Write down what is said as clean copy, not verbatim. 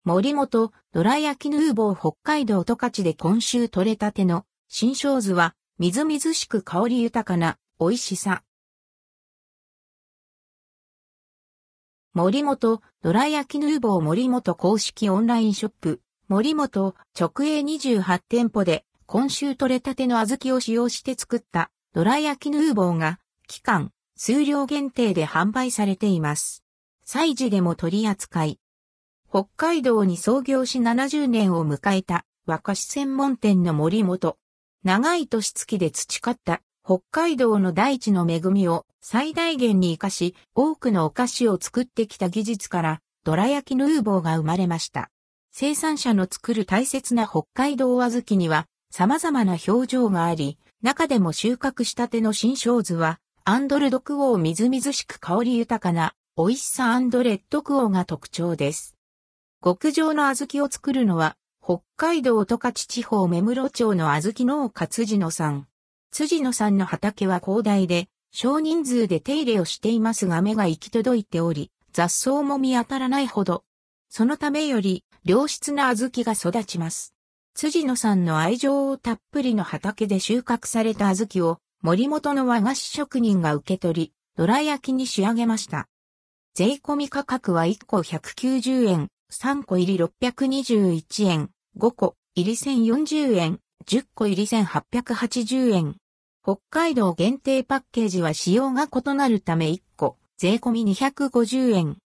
森本、どら焼きヌーボー北海道十勝で今週採れたての新生酢は、みずみずしく香り豊かな美味しさ。森本、どら焼きヌーボー森本公式オンラインショップ、森本直営28店舗で今週採れたての小豆を使用して作ったどら焼きヌーボーが期間、数量限定で販売されています。催事でも取り扱い。北海道に創業し70年を迎えた和菓子専門店の森本。長い年月で培った北海道の大地の恵みを最大限に活かし多くのお菓子を作ってきた技術からどら焼きヌーボーが生まれました。生産者の作る大切な北海道小豆には様々な表情があり、中でも収穫したての新生酢はアンドルドクオーみずみずしく香り豊かな美味しさアンドレッドクオーが特徴です。極上の小豆を作るのは、北海道十勝地方芽室町の小豆農家辻野さん。辻野さんの畑は広大で、少人数で手入れをしていますが芽が行き届いており、雑草も見当たらないほど。そのためより、良質な小豆が育ちます。辻野さんの愛情たっぷりの畑で収穫された小豆を、森本の和菓子職人が受け取り、どら焼きに仕上げました。税込み価格は1個190円。3個入り621円、5個入り1040円、10個入り1880円。北海道限定パッケージは仕様が異なるため1個税込み250円。